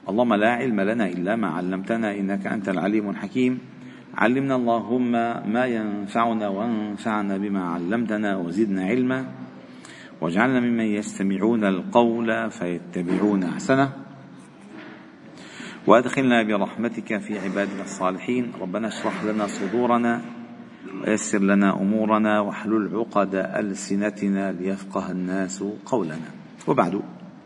اللهم لا علم لنا إلا ما علمتنا إنك أنت العليم الحكيم. علمنا اللهم ما ينفعنا وانفعنا بما علمتنا وزدنا علما، واجعلنا ممن يستمعون القول فيتبعون أحسنه، وأدخلنا برحمتك في عبادك الصالحين. ربنا اشرح لنا صدورنا ويسر لنا أمورنا واحلل عقد ألسنتنا ليفقه الناس قولنا. وبعد،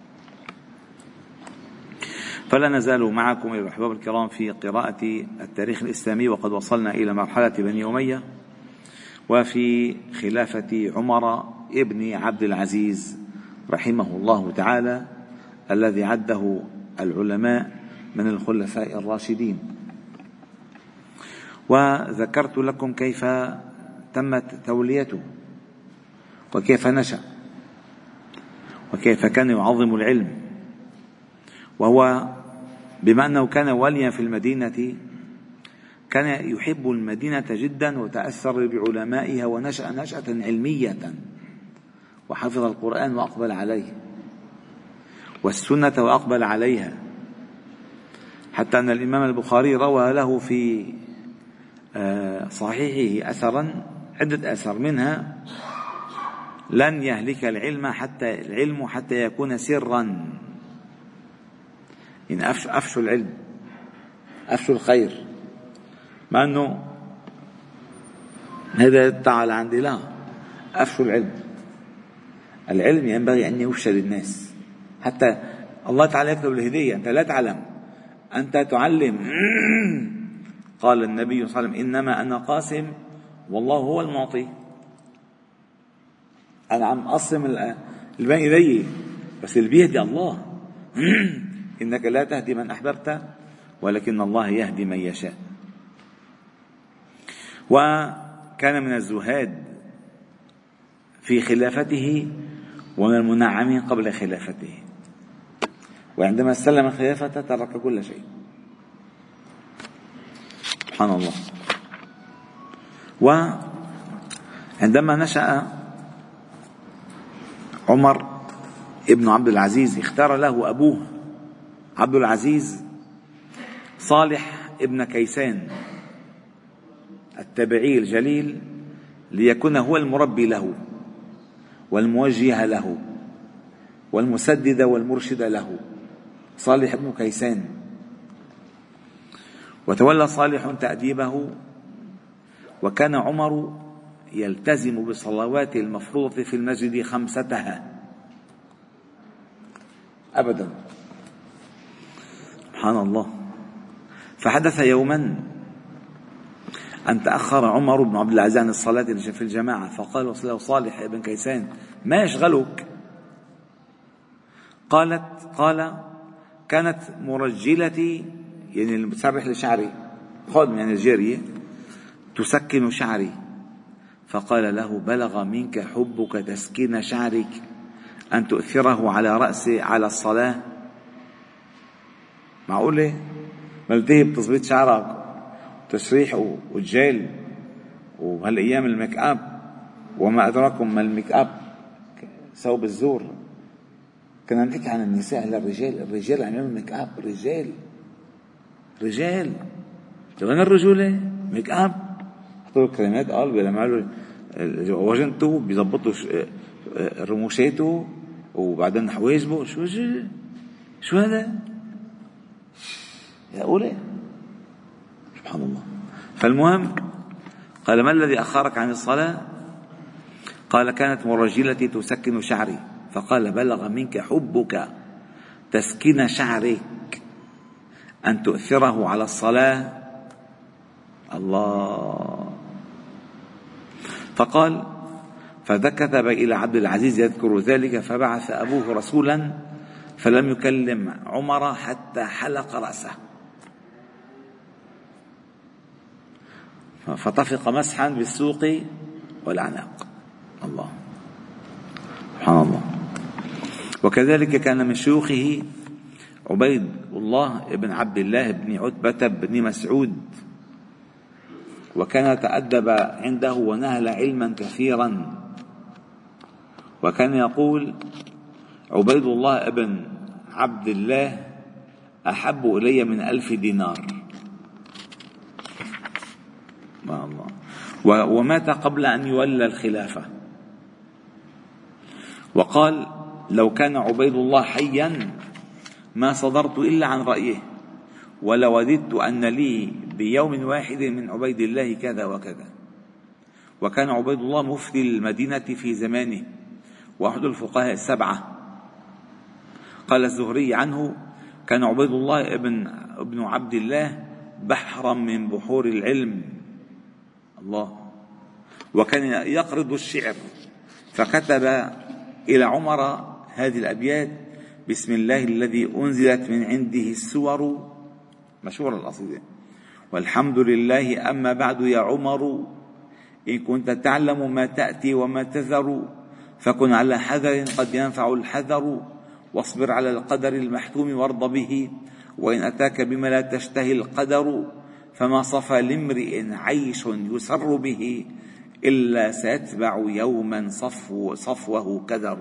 فلا نزال معكم أيها الأحباب الكرام في قراءة التاريخ الإسلامي، وقد وصلنا إلى مرحلة بني أمية وفي خلافة عمر ابن عبد العزيز رحمه الله تعالى، الذي عده العلماء من الخلفاء الراشدين. وذكرت لكم كيف تمت توليته وكيف نشأ وكيف كان يعظم العلم، وهو بما أنه كان واليا في المدينة كان يحب المدينة جدا وتأثر بعلمائها، ونشأ نشأة علمية، وحفظ القرآن وأقبل عليه والسنة وأقبل عليها، حتى أن الإمام البخاري روى له في صحيحه أثرا عدة أثر، منها: لن يهلك العلم حتى يكون سرا. إن أفشوا العلم، أفشوا الخير، مع أنه هذا تعالى عندي، لا، أفشوا العلم ينبغي أن يفشى للناس، حتى الله تعالى يكتب الهدية. أنت لا تعلم، أنت تعلم. قال النبي صلى الله عليه وسلم: إنما أنا قاسم والله هو المعطي. أنا عم أقسم البين إلي، بس اللي بيهدي الله. إنك لا تهدي من أحببت ولكن الله يهدي من يشاء. وكان من الزهاد في خلافته ومن المنعمين قبل خلافته، وعندما استلم الخلافة ترك كل شيء، سبحان الله. وعندما نشأ عمر ابن عبد العزيز اختار له أبوه عبد العزيز صالح ابن كيسان التبعي الجليل ليكون هو المربي له والموجه له والمسدد والمرشد له، صالح ابن كيسان. وتولى صالح تأديبه، وكان عمر يلتزم بالصلوات المفروضة في المسجد 5 أبدا، سبحان الله. فحدث يوما أن تأخر عمر بن عبد العزيز عن الصلاة في الجماعة، فقال له صالح ابن كيسان: ما يشغلك؟ قال: كانت مرجلتي، يعني المتسرح لشعري، خادم يعني الجارية، تسكن شعري. فقال له: بلغ منك حبك تسكين شعرك أن تؤثره على رأسي على الصلاة؟ معقولة؟ ملتهي بتظبيط شعرك وتسريح والجيل، وهالأيام الميك اب، وما أدراكم ما الميك اب، ثوب الزور. كنا نحكي عن النساء، الرجال عم يعملوا ميك اب، رجال وين الرجولة؟ ميك اب، حطوا كريمات قلب، بيعملوا وجنته، بيضبطوا رموشاته، وبعدين حواجبه. شو هذا يا أولي؟ سبحان الله. فالمهم، قال: ما الذي أخرك عن الصلاة؟ قال: كانت مرجلتي تسكن شعري. فقال: بلغ منك حبك تسكين شعرك أن تؤثره على الصلاة؟ الله. فقال: فكتب إلى عبد العزيز يذكر ذلك، فبعث أبوه رسولا فلم يكلم عمر حتى حلق رأسه، فطفق مسحا بالسوق والأعناق. الله، سبحان الله. وكذلك كان من شيوخه عبيد الله بن عبد الله بن عتبة بن مسعود، وكان تأدب عنده ونهل علما كثيرا. وكان يقول عبيد الله بن عبد الله: أحب إلي من 1000 دينار. ما الله. ومات قبل أن يولى الخلافة. وقال: لو كان عبيد الله حيا ما صدرت إلا عن رأيه، ولوددت أن لي بيوم واحد من عبيد الله كذا وكذا. وكان عبيد الله مفتي المدينة في زمانه، وأحد الفقهاء السبعة. قال الزهري عنه: كان عبيد الله ابن عبد الله بحرا من بحور العلم. الله. وكان يقرض الشعر، فكتب إلى عمر هذه الأبيات: بسم الله الذي أنزلت من عنده السور، مشهورة القصيدة، والحمد لله، أما بعد يا عمر، إن كنت تعلم ما تأتي وما تذر، فكن على حذر قد ينفع الحذر، واصبر على القدر المحتوم وارض به، وإن أتاك بما لا تشتهي القدر، فما صفى لامرئ عيش يسر به، إلا سيتبع يوما صفوه كدر.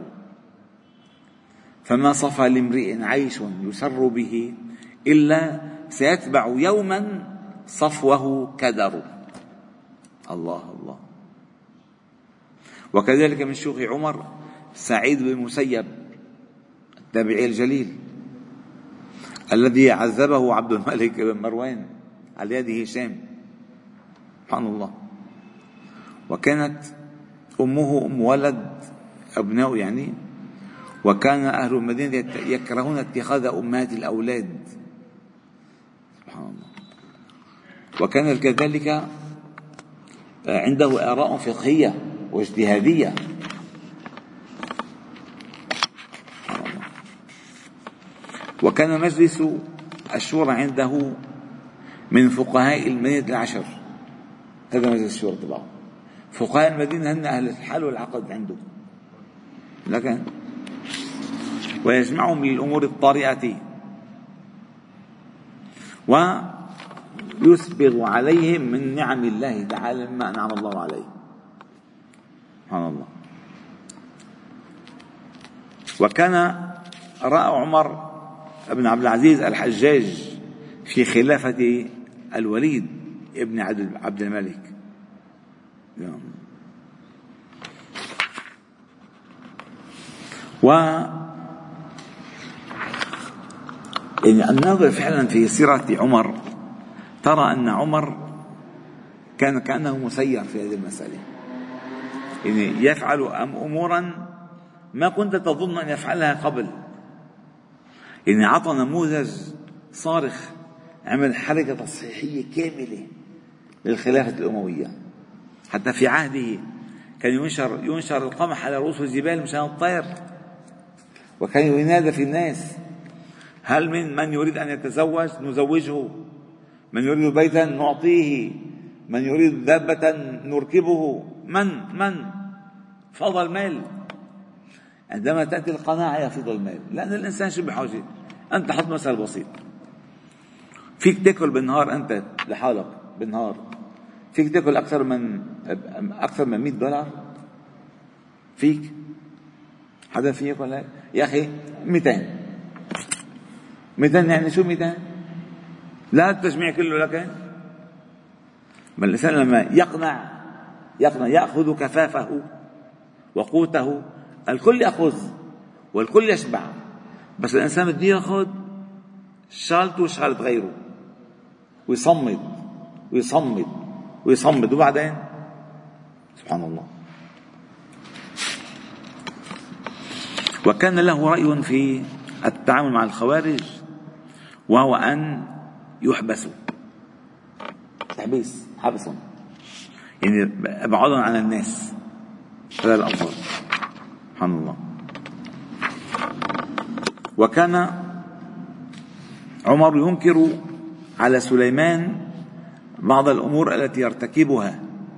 فما صفى لامرئ عيش يسر به، إلا سيتبع يوما صفوه كدر. الله الله. وكذلك من شيوخ عمر سعيد بن المسيب التابعي الجليل، الذي عذبه عبد الملك بن مروان على يد هشام، سبحان الله. وكانت أمه أم ولد أبناء يعني، وكان أهل المدينة يكرهون اتخاذ أمهات الأولاد، سبحان الله. وكان كذلك عنده آراء فقهية واجتهادية. وكان مجلس الشورى عنده من فقهاء المدينة العشر. هذا مجلس الشورى تبعه، فقهاء المدينة هن أهل الحل والعقد عنده، لكن ويجمعهم للأمور الطارئة، ويسبغ عليهم من نعم الله تعالى مما أنعم الله عليه، سبحان الله. وكان رأى عمر بن عبد العزيز الحجاج في خلافة الوليد ابن عبد الملك، يعني الناظر فعلا في سيرة عمر ترى أن عمر كان كأنه مسير في هذه المسألة، يعني يفعل أمورا ما كنت تظن أن يفعلها قبل. يعني عطى نموذج صارخ، عمل حركة تصحيحية كاملة للخلافة الأموية. حتى في عهده كان ينشر القمح على رؤوس الجبال مشان الطير، وكان ينادى في الناس: هل من يريد أن يتزوج نزوجه، من يريد بيتا نعطيه، من يريد دابة نركبه، من فضل المال. عندما تأتي القناعة يفيض المال، لأن الإنسان شو بحاجة. أنت حط مثل بسيط، فيك تأكل بالنهار أنت لحالك بالنهار، فيك تأكل أكثر من $100؟ فيك؟ حدا فيك ولا يا أخي 200 يعني شو 200؟ لا التجميع كله لك. بل الإنسان لما يقنع يأخذ كفافه وقوته، الكل يأخذ والكل يشبع، بس الإنسان بده يأخذ شغلته وشغلة غيره، ويصمد وبعدين سبحان الله. وكان له رأي في التعامل مع الخوارج، وهو أن يحبسوا حبسهم، يعني ابعدهم عن الناس، هذا الأفضل، سبحان الله. وكان عمر ينكر على سليمان بعض الأمور التي يرتكبها،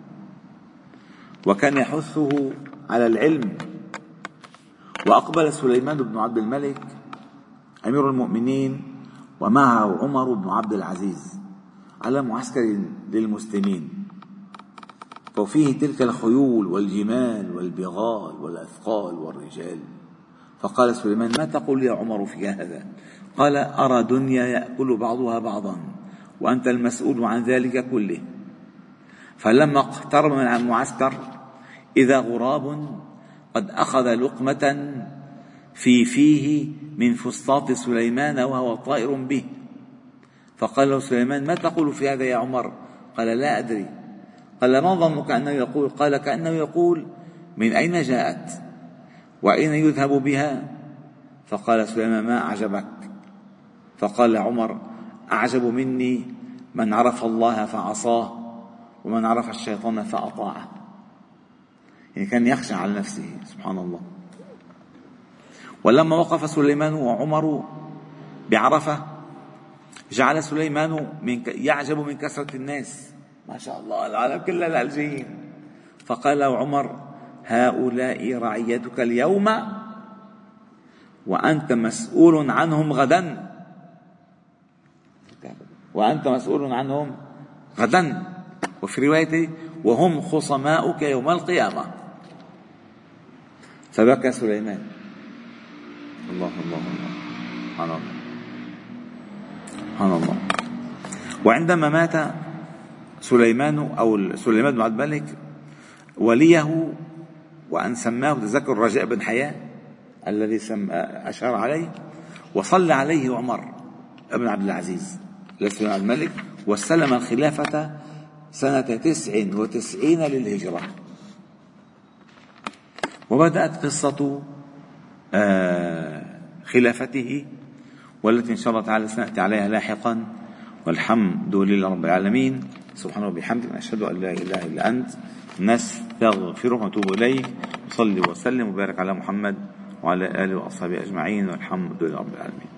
وكان يحثه على العلم. وأقبل سليمان بن عبد الملك أمير المؤمنين ومعه عمر بن عبد العزيز على معسكر للمسلمين، وفيه تلك الخيول والجمال والبغال والأثقال والرجال. فقال سليمان: ما تقول يا عمر في هذا؟ قال أرى دنيا يأكل بعضها بعضا وأنت المسؤول عن ذلك كله. فلما اقترب من المعسكر إذا غراب قد أخذ لقمة في فيه من فسطاط سليمان وهو طائر به. فقال له سليمان: ما تقول في هذا يا عمر؟ قال: لا أدري. قال: ما ظنك أنه يقول؟ قال: كأنه يقول: من أين جاءت وأين يذهب بها؟ فقال سليمان: ما أعجبك؟ فقال عمر: أعجب مني من عرف الله فعصاه ومن عرف الشيطان فأطاعه. يعني كان يخشى على نفسه، سبحان الله. ولما وقف سليمان وعمر بعرفة جعل سليمان يعجب من كثرة الناس، ما شاء الله العالم كلها الألجين. فقال له عمر: هؤلاء رعيتك اليوم وأنت مسؤول عنهم غدا، وأنت مسؤول عنهم غدا. وفي رواية: وهم خصماؤك يوم القيامة. فبكى سليمان. الله الله الله، سبحان الله سبحان الله. وعندما مات سليمان أو سليمان بن عبد الملك وليه وأن سماه، تذكر رجاء بن حياة الذي أشار عليه، وصلى عليه عمر بن عبد العزيز لسليمان عبد الملك، واستلم الخلافة سنة 99 للهجرة. وبدأت قصة خلافته، والتي إن شاء الله تعالى سنأتي عليها لاحقا. والحمد لله رب العالمين. سبحانه وبحمده، أشهد أن لا إله إلا أنت، نستغفرك ونتوب إليك. صلي وسلم وبارك على محمد وعلى آله وأصحابه أجمعين، والحمد لله رب العالمين.